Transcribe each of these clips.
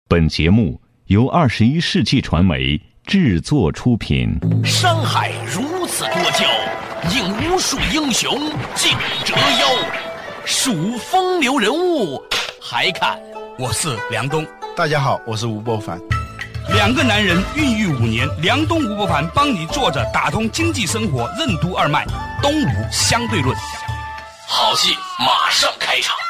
本节目由21世纪传媒制作出品。 山海如此多娇，引无数英雄竞折腰。数风流人物，还看我是梁东。 大家好，我是吴伯凡。 两个男人孕育5年，梁东吴伯凡帮你坐着打通经济生活任督二脉，东吴相对论。 好戏马上开场。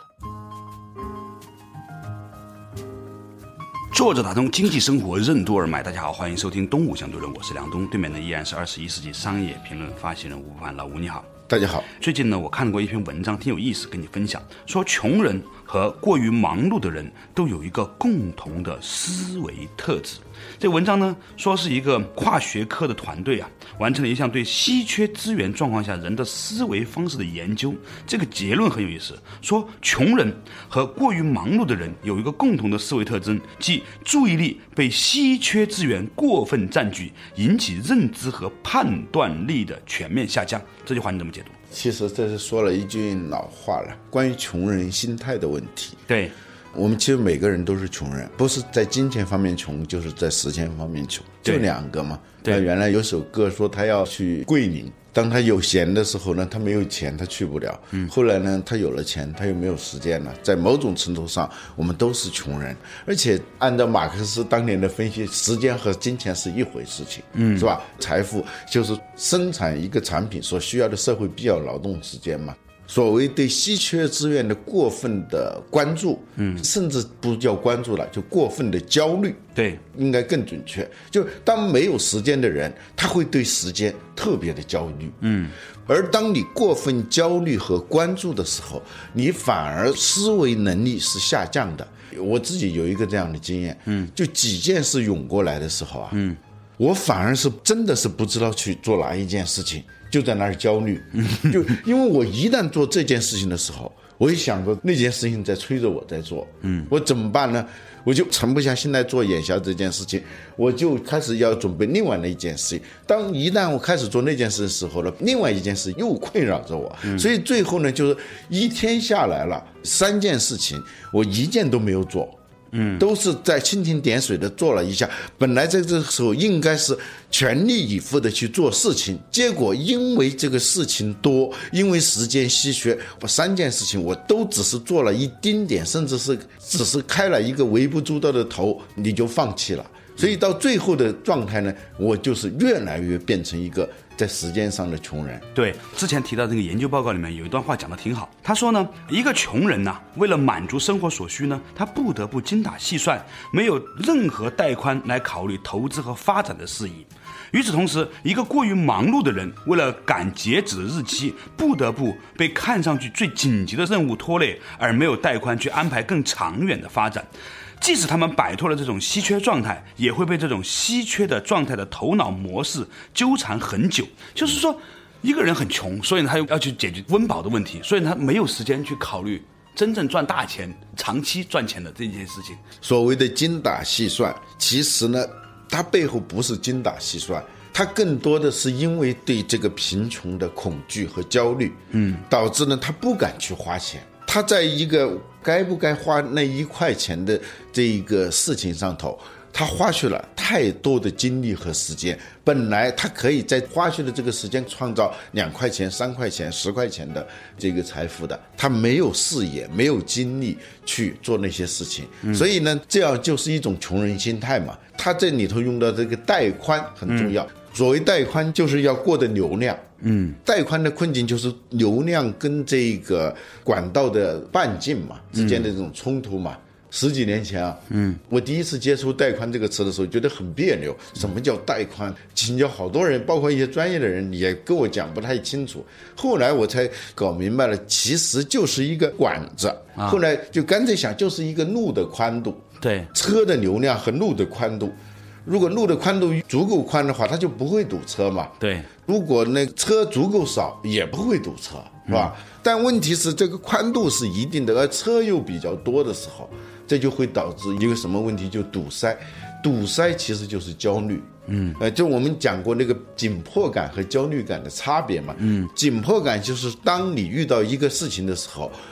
坐着打通经济生活任督二脉，大家好，欢迎收听东吴相对论，我是梁东，对面的依然是21世纪商业评论发行人吴伯凡。老吴你好。 大家好。最近呢，我看过一篇文章，挺有意思，跟你分享。说穷人和过于忙碌的人都有一个共同的思维特质。这文章呢，说是一个跨学科的团队完成了一项对稀缺资源状况下人的思维方式的研究。这个结论很有意思，说穷人和过于忙碌的人有一个共同的思维特征，即注意力被稀缺资源过分占据，引起认知和判断力的全面下降。这句话你怎么解读？ 其实这是说了一句老话了，关于穷人心态的问题。 对， 我们其实每个人都是穷人，不是在金钱方面穷，就是在时间方面穷，就两个嘛。对，原来有首歌说他要去桂林，当他有闲的时候呢，他没有钱，他去不了。后来呢，他有了钱，他又没有时间了。在某种程度上，我们都是穷人。而且按照马克思当年的分析，时间和金钱是一回事情，是吧？财富就是生产一个产品所需要的社会必要劳动时间嘛。所谓对稀缺资源的过分的关注，甚至不叫关注了，就过分的焦虑， 对， 应该更准确。就当没有时间的人，他会对时间特别的焦虑，而当你过分焦虑和关注的时候，你反而思维能力是下降的。我自己有一个这样的经验，就几件事涌过来的时候我反而是真的是不知道去做哪一件事情，就在那儿焦虑。就因为我一旦做这件事情的时候，我一想着那件事情在催着我在做，我怎么办呢？我就沉不下心来做眼下这件事情，我就开始要准备另外的一件事情。当一旦我开始做那件事的时候呢，另外一件事又困扰着我，所以最后呢，就是一天下来了3件事情，我一件都没有做。都是在蜻蜓点水的做了一下，本来在这个时候应该是全力以赴的去做事情，结果因为这个事情多，因为时间稀缺，把3件事情我都只是做了一丁点，甚至是只是开了一个微不足道的头，你就放弃了。所以到最后的状态呢，我就是越来越变成一个在时间上的穷人。 对，之前提到这个研究报告里面有一段话讲得挺好，他说呢，一个穷人为了满足生活所需呢，他不得不精打细算，没有任何带宽来考虑投资和发展的事宜。与此同时，一个过于忙碌的人，为了赶截止的日期，不得不被看上去最紧急的任务拖累，而没有带宽去安排更长远的发展。即使他们摆脱了这种稀缺状态，也会被这种稀缺的状态的头脑模式纠缠很久。就是说，一个人很穷，所以他要去解决温饱的问题，所以他没有时间去考虑真正赚大钱、长期赚钱的这件事情。 所谓的精打细算，其实呢，它背后不是精打细算，它更多的是因为对这个贫穷的恐惧和焦虑，导致呢他不敢去花钱。他在一个该不该花那1块钱的这一个事情上头，他花去了太多的精力和时间。本来他可以在花去的这个时间创造2块钱、3块钱、10块钱的这个财富的，他没有视野，没有精力去做那些事情。所以呢，这样就是一种穷人心态嘛。他这里头用到这个带宽很重要。所谓带宽就是要过的流量，带宽的困境就是流量跟这个管道的半径嘛之间的这种冲突嘛。10几年前我第一次接触带宽这个词的时候，觉得很别扭。什么叫带宽？请教好多人，包括一些专业的人也跟我讲不太清楚。后来我才搞明白了，其实就是一个管子。后来就干脆想，就是一个路的宽度，对，车的流量和路的宽度。如果路的宽度足够宽的话，它就不会堵车嘛。对，如果那车足够少，也不会堵车，是吧？但问题是这个宽度是一定的，而车又比较多的时候，这就会导致一个什么问题？就堵塞。堵塞其实就是焦虑。就我们讲过那个紧迫感和焦虑感的差别嘛。紧迫感就是当你遇到一个事情的时候，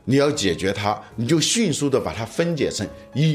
你要解决它，你就迅速的把它分解成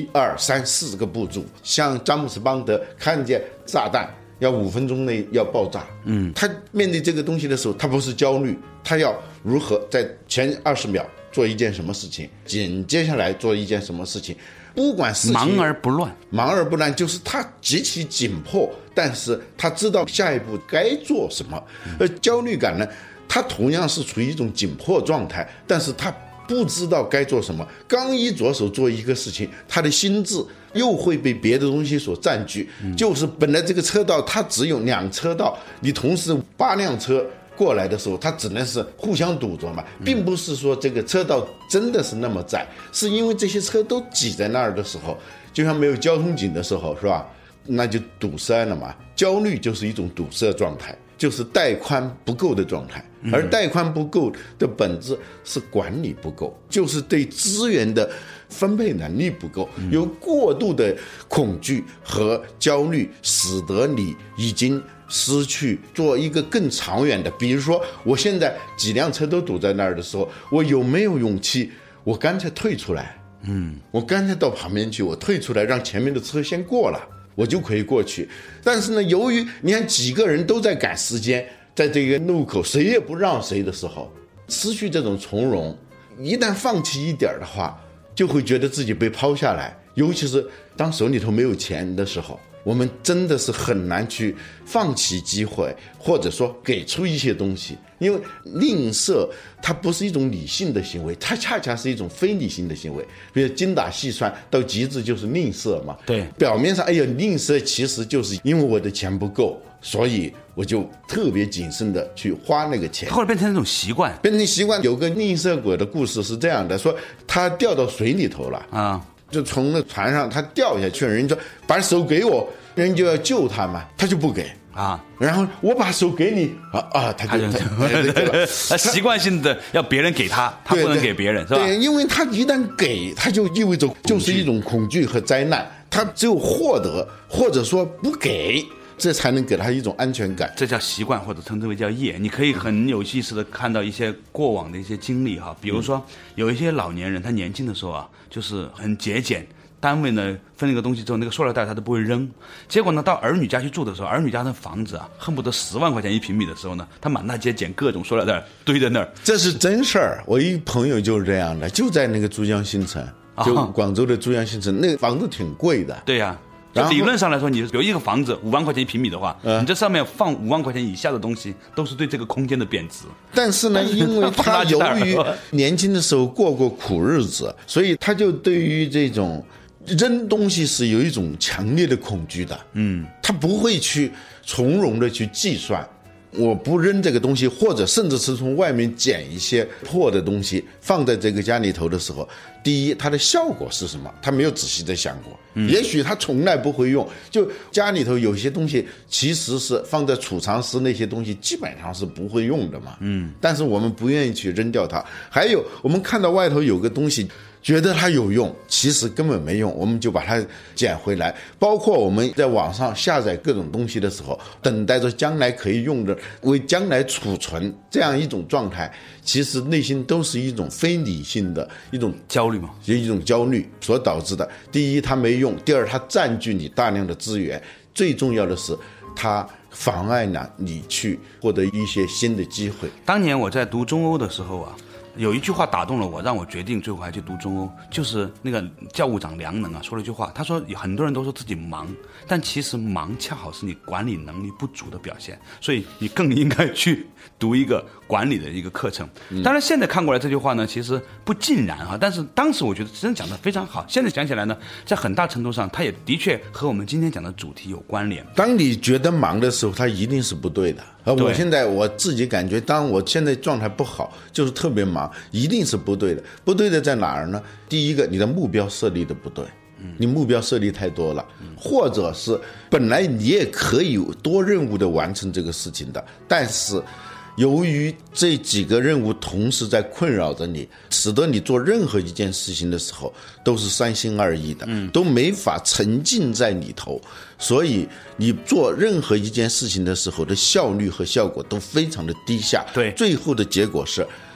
1、2、3、4个步骤。像詹姆斯邦德看见炸弹要5分钟内要爆炸，他面对这个东西的时候，他不是焦虑，他要如何在前20秒做一件什么事情，紧接下来做一件什么事情，不管事情忙而不乱， 就是他极其紧迫，但是他知道下一步该做什么。而焦虑感呢，他同样是处于一种紧迫状态，但是他不知道该做什么，刚一着手做一个事情，他的心智又会被别的东西所占据。就是本来这个车道它只有2车道，你同时8辆车过来的时候，它只能是互相堵着嘛，并不是说这个车道真的是那么窄，是因为这些车都挤在那儿的时候，就像没有交通警的时候，是吧？那就堵塞了嘛。焦虑就是一种堵塞状态，就是带宽不够的状态。而带宽不够的本质是管理不够，就是对资源的分配能力不够，有过度的恐惧和焦虑，使得你已经失去做一个更长远的。比如说我现在几辆车都堵在那儿的时候，我有没有勇气我干脆退出来，我干脆到旁边去，我退出来让前面的车先过了，我就可以过去。但是呢，由于你看几个人都在赶时间，在这个路口谁也不让谁的时候，失去这种从容，一旦放弃一点的话，就会觉得自己被抛下来。尤其是当手里头没有钱的时候，我们真的是很难去放弃机会，或者说给出一些东西。因为吝啬它不是一种理性的行为，它恰恰是一种非理性的行为。比如精打细算到极致就是吝啬嘛。 对， 表面上吝啬其实就是因为我的钱不够，所以我就特别谨慎的去花那个钱， 后来变成一种习惯。 有个吝啬鬼的故事是这样的，说他掉到水里头了啊，就从那船上他掉下去，人家说把手给我，人就要救他嘛，他就不给啊，然后我把手给你他习惯性的要别人给他不能给别人，是吧？ 对，因为他一旦给，他就意味着就是一种恐惧和灾难，他只有获得或者说不给，这才能给他一种安全感， 这叫习惯，或者称之为叫业。你可以很有意识的看到一些过往的一些经历哈，比如说有一些老年人，他年轻的时候啊，就是很节俭，单位呢分了一个东西之后，那个塑料袋他都不会扔。结果呢，到儿女家去住的时候，儿女家的房子啊，恨不得10万块钱1平米的时候呢，他满大街捡各种塑料袋堆在那儿。 这是真事儿，我一朋友就是这样的，就在那个珠江新城，就广州的珠江新城，那个房子挺贵的。 对呀。理论上来说，你比如一个房子5万块钱1平米的话，你这上面放5万块钱以下的东西，都是对这个空间的贬值。 但是呢，因为他由于年轻的时候过苦日子，所以他就对于这种扔东西是有一种强烈的恐惧的。他不会去从容的去计算，我不扔这个东西，或者甚至是从外面捡一些破的东西放在这个家里头的时候，第一，它的效果是什么？他没有仔细的想过。也许他从来不会用，就家里头有些东西其实是放在储藏室，那些东西基本上是不会用的嘛。但是我们不愿意去扔掉它。还有我们看到外头有个东西，觉得它有用，其实根本没用，我们就把它捡回来。包括我们在网上下载各种东西的时候，等待着将来可以用的，为将来储存，这样一种状态，其实内心都是一种非理性的一种焦虑嘛， 一种焦虑所导致的。第一，它没用；第二，它占据你大量的资源；最重要的是，它妨碍了你去获得一些新的机会。 当年我在读中欧的时候啊，有一句话打动了我，让我决定最后还去读中欧，就是那个教务长梁能啊说了一句话，他说很多人都说自己忙，但其实忙恰好是你管理能力不足的表现，所以你更应该去读一个管理的一个课程。当然现在看过来这句话呢，其实不尽然啊，但是当时我觉得真的讲得非常好。现在想起来呢，在很大程度上，它也的确和我们今天讲的主题有关联。 当你觉得忙的时候，它一定是不对的。我现在我自己感觉，当我现在状态不好，就是特别忙，一定是不对的。不对的在哪儿呢？第一个，你的目标设立的不对。你目标设立太多了，或者是本来你也可以多任务的完成这个事情的，但是由于这几个任务同时在困扰着你，使得你做任何一件事情的时候都是三心二意的，都没法沉浸在里头，所以你做任何一件事情的时候的效率和效果都非常的低下。 对， 最后的结果是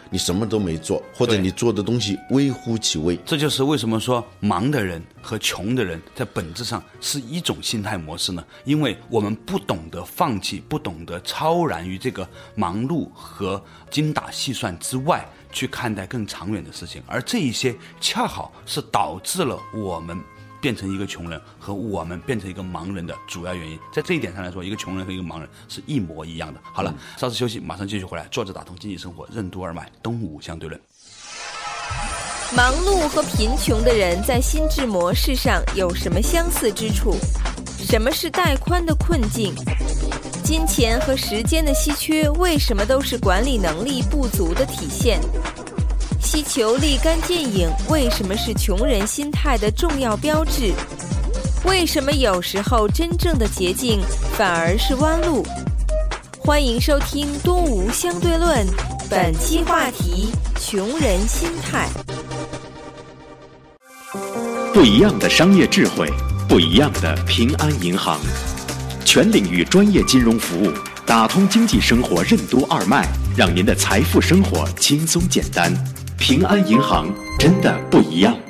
你什么都没做，或者你做的东西微乎其微。 这就是为什么说忙的人和穷的人在本质上是一种心态模式呢？因为我们不懂得放弃，不懂得超然于这个忙碌和精打细算之外去看待更长远的事情，而这一些恰好是导致了我们变成一个穷人和我们变成一个盲人的主要原因。在这一点上来说，一个穷人和一个盲人是一模一样的。好了，稍事休息，马上继续回来。坐着打通经济生活，任督二脉，东吴相对论。 忙碌和贫穷的人在心智模式上有什么相似之处？什么是带宽的困境？金钱和时间的稀缺为什么都是管理能力不足的体现？希求立竿见影为什么是穷人心态的重要标志？为什么有时候真正的捷径反而是弯路？欢迎收听《东吴相对论》，本期话题：穷人心态。 不一样的商业智慧，不一样的平安银行，全领域专业金融服务，打通经济生活任督二脉，让您的财富生活轻松简单。平安银行真的不一样。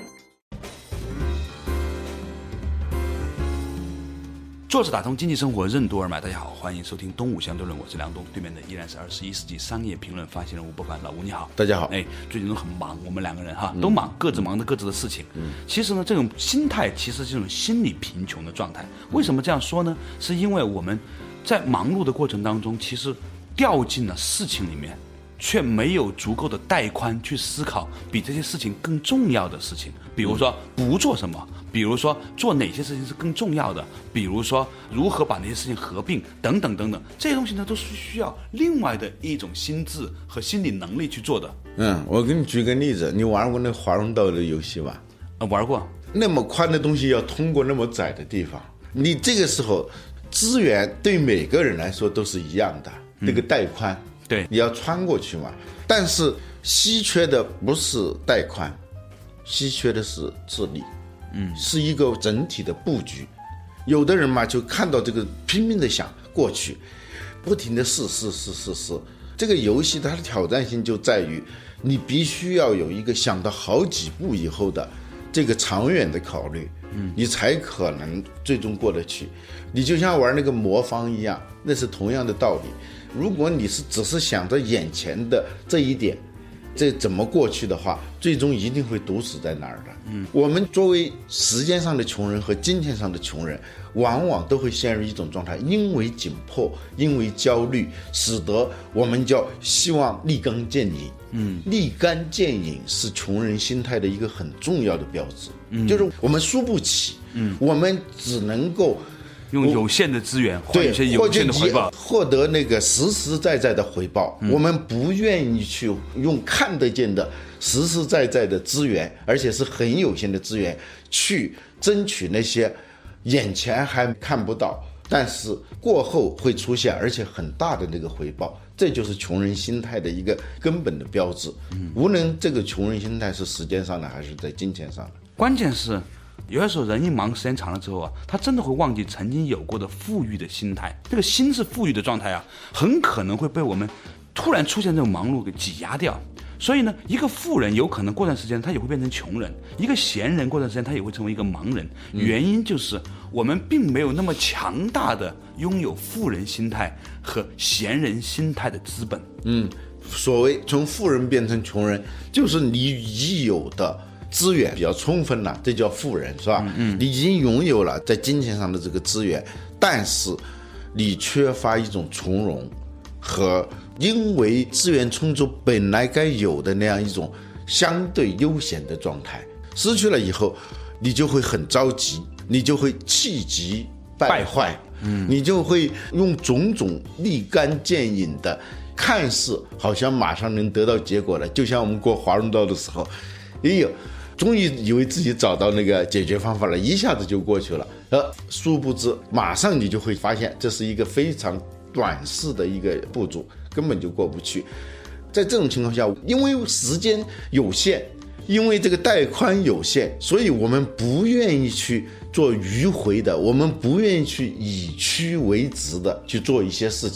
坐着打通经济生活任督二脉，大家好，欢迎收听东吴相对论，我是梁东，对面的依然是21世纪商业评论发行人吴伯凡，老吴你好。 大家好。 最近都很忙，我们两个人都忙，各自忙着各自的事情。其实呢，这种心态其实是一种心理贫穷的状态。为什么这样说呢？是因为我们在忙碌的过程当中，其实掉进了事情里面，却没有足够的带宽去思考比这些事情更重要的事情，比如说不做什么，比如说做哪些事情是更重要的，比如说如何把那些事情合并等等等等，这些东西呢都是需要另外的一种心智和心理能力去做的。 我给你举个例子，你玩过那华容道的游戏吧？ 玩过。 那么宽的东西要通过那么窄的地方，你这个时候资源对每个人来说都是一样的，那个带宽。 对， 你要穿过去嘛。但是稀缺的不是带宽，稀缺的是智力，是一个整体的布局。有的人嘛，就看到这个拼命的想过去，不停的试。这个游戏它的挑战性就在于，你必须要有一个想到好几步以后的这个长远的考虑，你才可能最终过得去。你就像玩那个魔方一样，那是同样的道理。如果你只是想着眼前的这一点，这怎么过去的话，最终一定会堵死在那儿的。我们作为时间上的穷人和金钱上的穷人，往往都会陷入一种状态，因为紧迫，因为焦虑，使得我们希望立竿见影。立竿见影是穷人心态的一个很重要的标志。就是我们输不起，我们只能够用有限的资源换一些有限的回报， 获得那个实实在在的回报。我们不愿意去用看得见的实实在在的资源，而且是很有限的资源，去争取那些眼前还看不到，但是过后会出现而且很大的那个回报。这就是穷人心态的一个根本的标志。无论这个穷人心态是时间上的还是在金钱上的， 关键是有些时候人一忙时间长了之后他真的会忘记曾经有过的富裕的心态。这个心是富裕的状态很可能会被我们突然出现这种忙碌给挤压掉。所以呢，一个富人有可能过段时间他也会变成穷人，一个闲人过段时间他也会成为一个盲人。原因就是我们并没有那么强大的拥有富人心态和闲人心态的资本。 所谓从富人变成穷人，就是你已有的资源比较充分了，这叫富人，是吧？你已经拥有了在金钱上的这个资源，但是你缺乏一种从容和因为资源充足本来该有的那样一种相对悠闲的状态，失去了以后，你就会很着急，你就会气急败坏，你就会用种种立竿见影的，看似好像马上能得到结果了，就像我们过华容道的时候，终于以为自己找到那个解决方法了，一下子就过去了，殊不知马上你就会发现这是一个非常短视的一个步骤，根本就过不去。在这种情况下，因为时间有限，因为这个带宽有限，所以我们不愿意去做迂回的，我们不愿意去以屈为直的去做一些事情。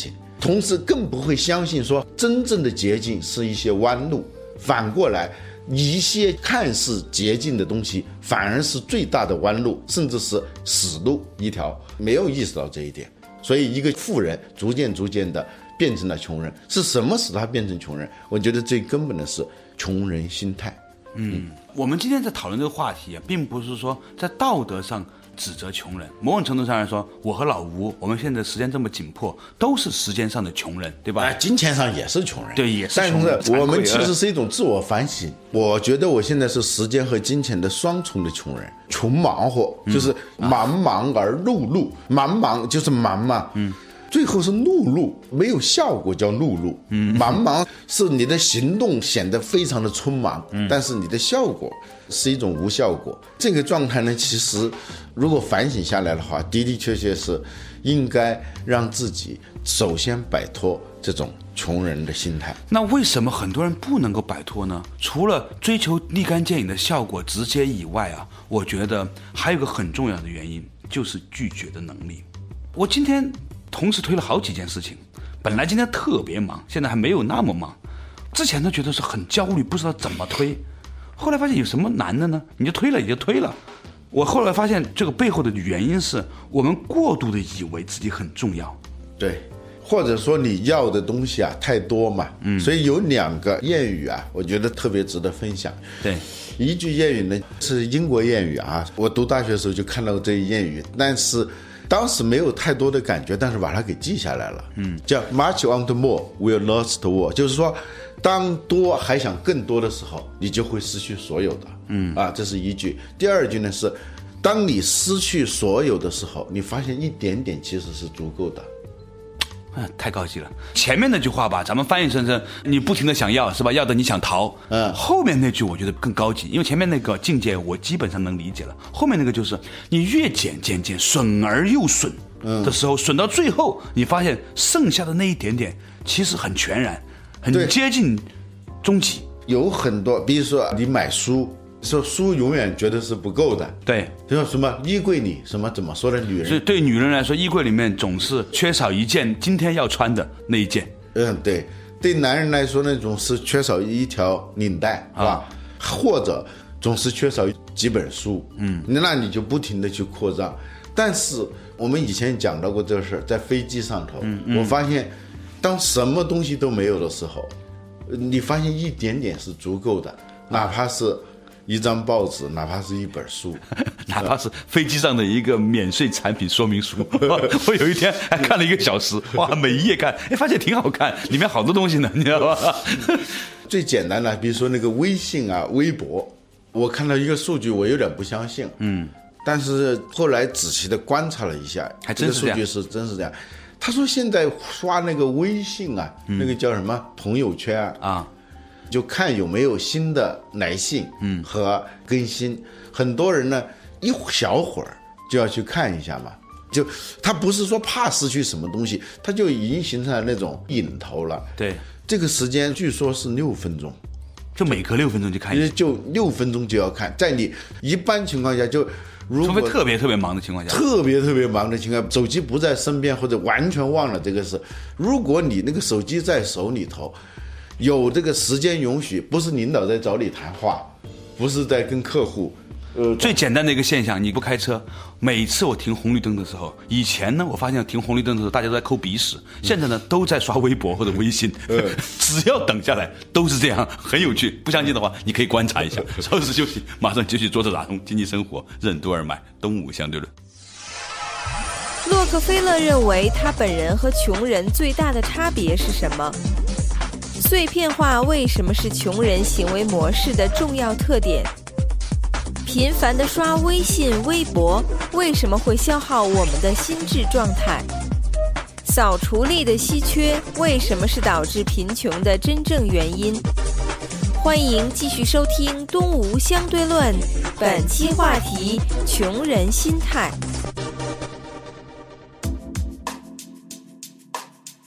同时更不会相信说真正的捷径是一些弯路，反过来一些看似捷径的东西反而是最大的弯路，甚至是死路一条，没有意识到这一点。所以一个富人逐渐的变成了穷人，是什么使他变成穷人？我觉得最根本的是穷人心态。 我们今天在讨论这个话题啊，并不是说在道德上指责穷人，某种程度上来说，我和老吴，我们现在时间这么紧迫，都是时间上的穷人，对吧？ 金钱上也是穷人， 对，也是穷人。 但是我们其实是一种自我反省。我觉得我现在是时间和金钱的双重的穷人，穷忙活就是忙忙而碌碌，忙就是忙嘛，最后是碌碌，没有效果叫碌碌。忙是你的行动显得非常的匆忙，但是你的效果是一种无效果。这个状态呢，其实如果反省下来的话，的确是应该让自己首先摆脱这种穷人的心态。 那为什么很多人不能够摆脱呢？除了追求立竿见影的效果直接以外啊，我觉得还有个很重要的原因，就是拒绝的能力。我今天同时推了好几件事情，本来今天特别忙，现在还没有那么忙。之前呢觉得是很焦虑，不知道怎么推，后来发现有什么难的呢？你就推了也就推了。我后来发现这个背后的原因是我们过度的以为自己很重要。 对，或者说你要的东西啊太多嘛。所以有2个谚语啊，我觉得特别值得分享。 对， 一句谚语呢是英国谚语啊，我读大学的时候就看到这一谚语，但是当时没有太多的感觉，但是把它给记下来了。叫 Much want more will lost all， 就是说当多还想更多的时候，你就会失去所有的。这是一句。第二句呢是，当你失去所有的时候，你发现一点点其实是足够的。 太高级了。前面那句话吧，咱们翻译成你不停的想要，是吧？要的你想逃。后面那句我觉得更高级，因为前面那个境界我基本上能理解了，后面那个就是你越减，损而又损的时候，损到最后，你发现剩下的那一点点其实很全然，很接近终极。 有很多，比如说你买书，说书永远觉得是不够的。 对， 就说什么衣柜里什么怎么说呢？女人， 所以对女人来说，衣柜里面总是缺少一件今天要穿的那一件。 对，对男人来说呢，总是缺少一条领带，是吧？或者总是缺少几本书。那你就不停的去扩张。但是我们以前讲到过这个事儿，在飞机上头，我发现当什么东西都没有的时候，你发现一点点是足够的，哪怕是一张报纸，哪怕是一本书， 哪怕是飞机上的一个免税产品说明书。我有一天还看了1个小时，哇，每一页看，发现挺好看，里面好多东西呢，你知道吧？ 最简单的，比如说那个微信啊、微博，我看到一个数据，我有点不相信。但是后来仔细的观察了一下， 还真是这样， 这个数据是真是这样。他说现在刷那个微信啊，那个叫什么朋友圈啊，就看有没有新的来信和更新。很多人呢一小会儿就要去看一下嘛，就他不是说怕失去什么东西，他就已经形成了那种瘾头了。 对， 这个时间据说是6分钟， 就每隔6分钟就看一下， 就6分钟就要看。在你一般情况下，就如果除非特别忙的情况下， 特别忙的情况下，手机不在身边或者完全忘了这个事，如果你那个手机在手里头，有这个时间允许，不是领导在找你谈话，不是在跟客户。 最简单的一个现象，你不开车，每次我停红绿灯的时候，以前呢，我发现停红绿灯的时候大家都在抠鼻屎，现在呢都在刷微博或者微信，只要等下来都是这样，很有趣。不相信的话，你可以观察一下。稍事休息，马上继续坐着打通经济生活任督二脉，东吴相对论。 洛克菲勒认为，他本人和穷人最大的差别是什么？碎片化为什么是穷人行为模式的重要特点？频繁地刷微信、微博为什么会消耗我们的心智状态？扫除力的稀缺为什么是导致贫穷的真正原因？欢迎继续收听东吴相对论，本期话题：穷人心态。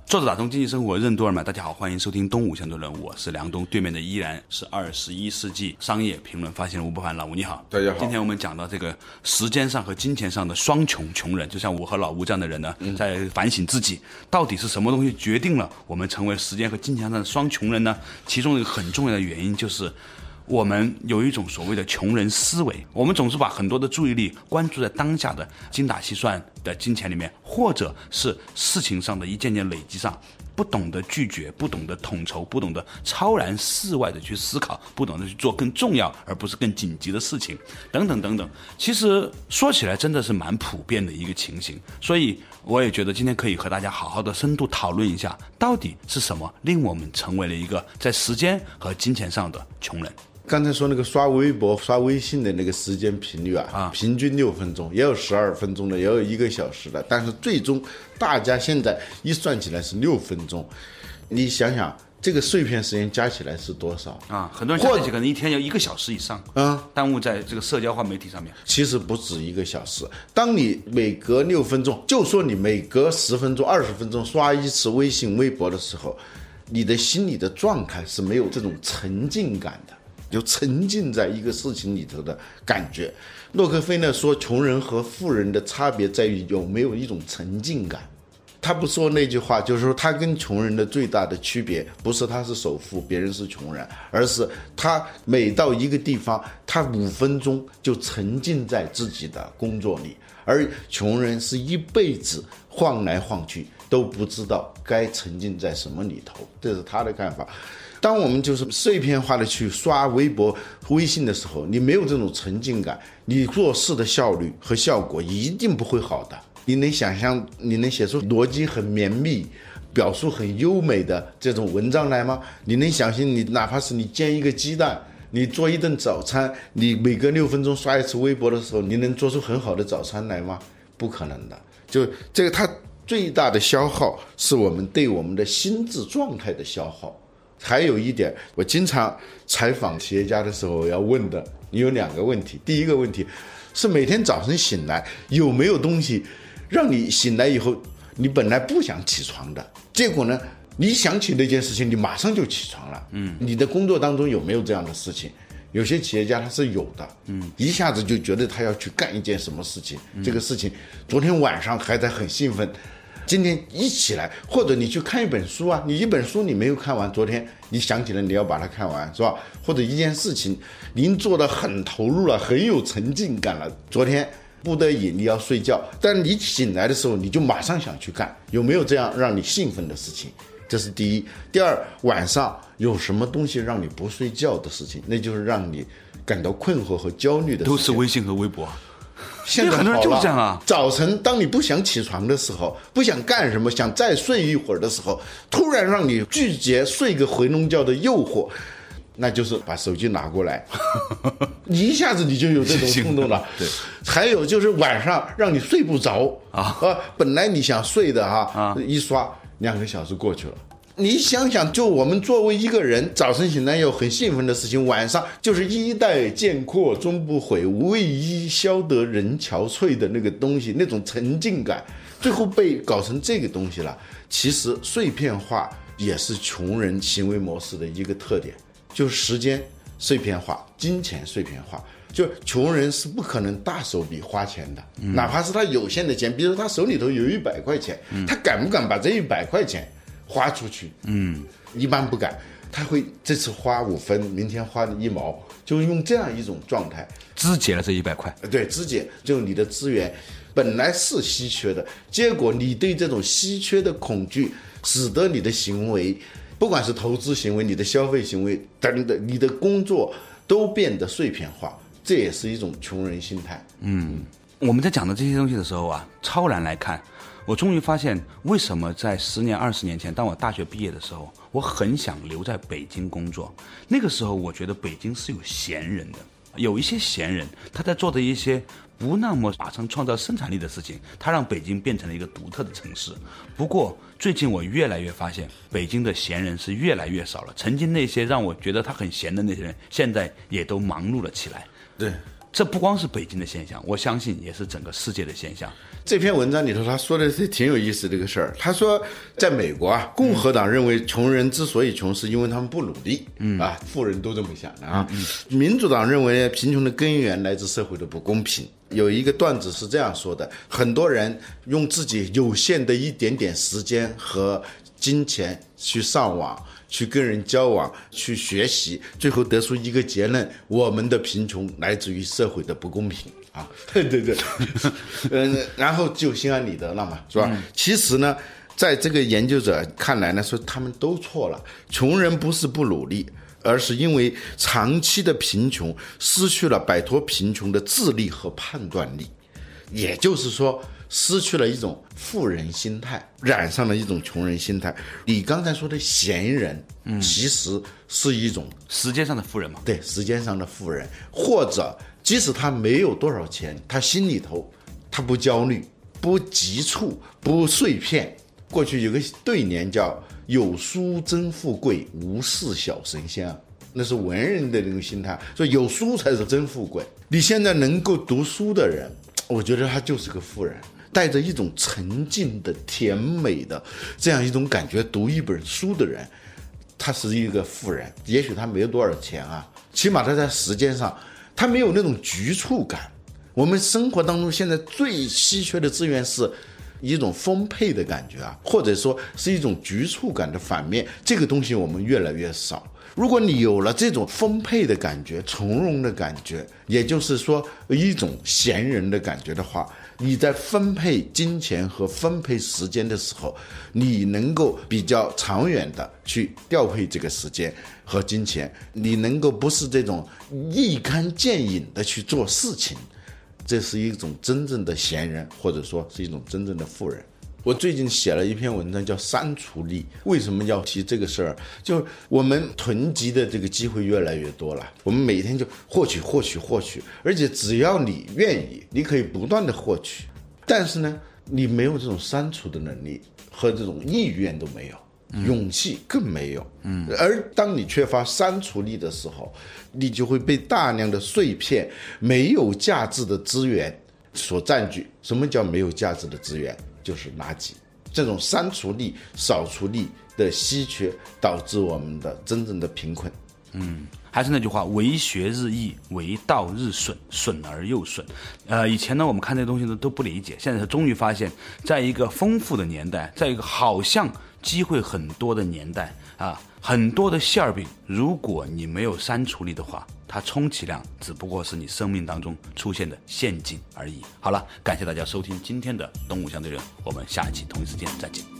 作者打通经济生活任督二脉，大家好，欢迎收听东吴相对论，我是梁东，对面的依然是21世纪商业评论发现人吴伯凡，老吴你好。 大家好。 今天我们讲到这个时间上和金钱上的双穷人，就像我和老吴这样的人呢，在反省自己到底是什么东西决定了我们成为时间和金钱上的双穷人呢？其中一个很重要的原因就是我们有一种所谓的穷人思维，我们总是把很多的注意力关注在当下的精打细算的金钱里面，或者是事情上的一件件累积上，不懂得拒绝，不懂得统筹，不懂得超然世外的去思考，不懂得去做更重要而不是更紧急的事情，等等等等。其实说起来真的是蛮普遍的一个情形，所以我也觉得今天可以和大家好好的深度讨论一下，到底是什么令我们成为了一个在时间和金钱上的穷人。 刚才说那个刷微博、刷微信的那个时间频率啊，平均6分钟，也有12分钟的，也有1个小时的，但是最终大家现在一算起来是6分钟。你想想，这个碎片时间加起来是多少啊？很多人加起来可能一天要1个小时以上，耽误在这个社交化媒体上面。 其实不止1个小时。当你每隔6分钟，就说你每隔10分钟、20分钟刷一次微信、微博的时候，你的心理的状态是没有这种沉浸感的。就沉浸在一个事情里头的感觉。洛克菲勒说，穷人和富人的差别在于有没有一种沉浸感。他不说那句话，就是说他跟穷人的最大的区别，不是他是首富，别人是穷人，而是他每到一个地方，他5分钟就沉浸在自己的工作里，而穷人是一辈子晃来晃去，都不知道该沉浸在什么里头。这是他的看法。当我们就是碎片化的去刷微博、微信的时候，你没有这种沉浸感，你做事的效率和效果一定不会好的。你能想象，你能写出逻辑很绵密、表述很优美的这种文章来吗？你能相信你哪怕是你煎一个鸡蛋，你做一顿早餐，你每隔6分钟刷一次微博的时候，你能做出很好的早餐来吗？不可能的。就这个，它最大的消耗是我们对我们的心智状态的消耗。还有一点，我经常采访企业家的时候要问的，你有2个问题。第一个问题是每天早晨醒来有没有东西让你醒来以后你本来不想起床的，结果呢你想起那件事情你马上就起床了。你的工作当中有没有这样的事情？有些企业家他是有的，一下子就觉得他要去干一件什么事情，这个事情昨天晚上还在很兴奋，今天一起来，或者你去看一本书啊，你一本书你没有看完，昨天你想起来你要把它看完，是吧？或者一件事情您做得很投入了，很有沉浸感了，昨天不得已你要睡觉，但你醒来的时候你就马上想去干，有没有这样让你兴奋的事情？这是第一。第二，晚上有什么东西让你不睡觉的事情，那就是让你感到困惑和焦虑的事情。 都是微信和微博。 现在很多人就是这样啊。 早晨当你不想起床的时候，不想干什么，想再睡一会儿的时候，突然让你拒绝睡个回笼觉的诱惑，那就是把手机拿过来，你一下子你就有这种冲动了。 对， 还有就是晚上让你睡不着本来你想睡的一刷2个小时过去了。你想想，就我们作为一个人，早晨醒来有很兴奋的事情，晚上就是衣带渐阔终不悔，为伊消得人憔悴的那个东西，那种沉浸感，最后被搞成这个东西了。其实碎片化也是穷人行为模式的一个特点，就是时间碎片化，金钱碎片化。就穷人是不可能大手笔花钱的，哪怕是他有限的钱，比如说他手里头有100块钱，他敢不敢把这100块钱花出去？一般不敢，他会这次花5分，明天花1毛，就用这样一种状态肢解了这100块。 对，肢解，就你的资源本来是稀缺的，结果你对这种稀缺的恐惧，使得你的行为，不管是投资行为、你的消费行为等等，你的工作都变得碎片化，这也是一种穷人心态。 我们在讲的这些东西的时候啊，超然来看，我终于发现为什么在10年、20年前，当我大学毕业的时候，我很想留在北京工作。那个时候，我觉得北京是有闲人的，有一些闲人，他在做的一些不那么马上创造生产力的事情，他让北京变成了一个独特的城市。不过最近我越来越发现，北京的闲人是越来越少了。曾经那些让我觉得他很闲的那些人，现在也都忙碌了起来。 对， 这不光是北京的现象，我相信也是整个世界的现象。 这篇文章里头他说的是挺有意思的一个事儿。他说，在美国啊，共和党认为穷人之所以穷，是因为他们不努力，富人都这么想的啊。民主党认为贫穷的根源来自社会的不公平。有一个段子是这样说的：很多人用自己有限的一点点时间和金钱去上网，去跟人交往，去学习，最后得出一个结论：我们的贫穷来自于社会的不公平啊！对，然后就心安理得了嘛，是吧？其实呢，在这个研究者看来呢，说他们都错了，穷人不是不努力，而是因为长期的贫穷失去了摆脱贫穷的智力和判断力，也就是说失去了一种富人心态，染上了一种穷人心态。你刚才说的闲人，其实是一种时间上的富人嘛？ 对，时间上的富人，或者即使他没有多少钱，他心里头他不焦虑，不急促，不碎片。过去有个对联叫有书真富贵，无事小神仙，那是文人的那种心态，所以有书才是真富贵。你现在能够读书的人，我觉得他就是个富人，带着一种沉静的甜美的这样一种感觉读一本书的人，他是一个富人。也许他没有多少钱啊，起码他在时间上他没有那种局促感。我们生活当中现在最稀缺的资源是一种丰沛的感觉啊，或者说是一种局促感的反面，这个东西我们越来越少。如果你有了这种丰沛的感觉，从容的感觉，也就是说一种闲人的感觉的话，你在分配金钱和分配时间的时候，你能够比较长远的去调配这个时间和金钱，你能够不是这种一竿见影的去做事情，这是一种真正的闲人，或者说是一种真正的富人。我最近写了一篇文章叫删除力。为什么要提这个事儿？就我们囤积的这个机会越来越多了，我们每天就获取，而且只要你愿意，你可以不断的获取，但是呢，你没有这种删除的能力和这种意愿都没有，勇气更没有。而当你缺乏删除力的时候，你就会被大量的碎片没有价值的资源所占据。什么叫没有价值的资源？就是垃圾。这种删除力、扫除力的稀缺，导致我们的真正的贫困。 还是那句话，为学日益，为道日损，损而又损。以前呢，我们看这些东西呢都不理解，现在终于发现，在一个丰富的年代，在一个好像机会很多的年代啊，很多的馅饼，如果你没有删除力的话，它充其量只不过是你生命当中出现的陷阱而已。好了，感谢大家收听今天的动物相对论，我们下一期同一时间再见。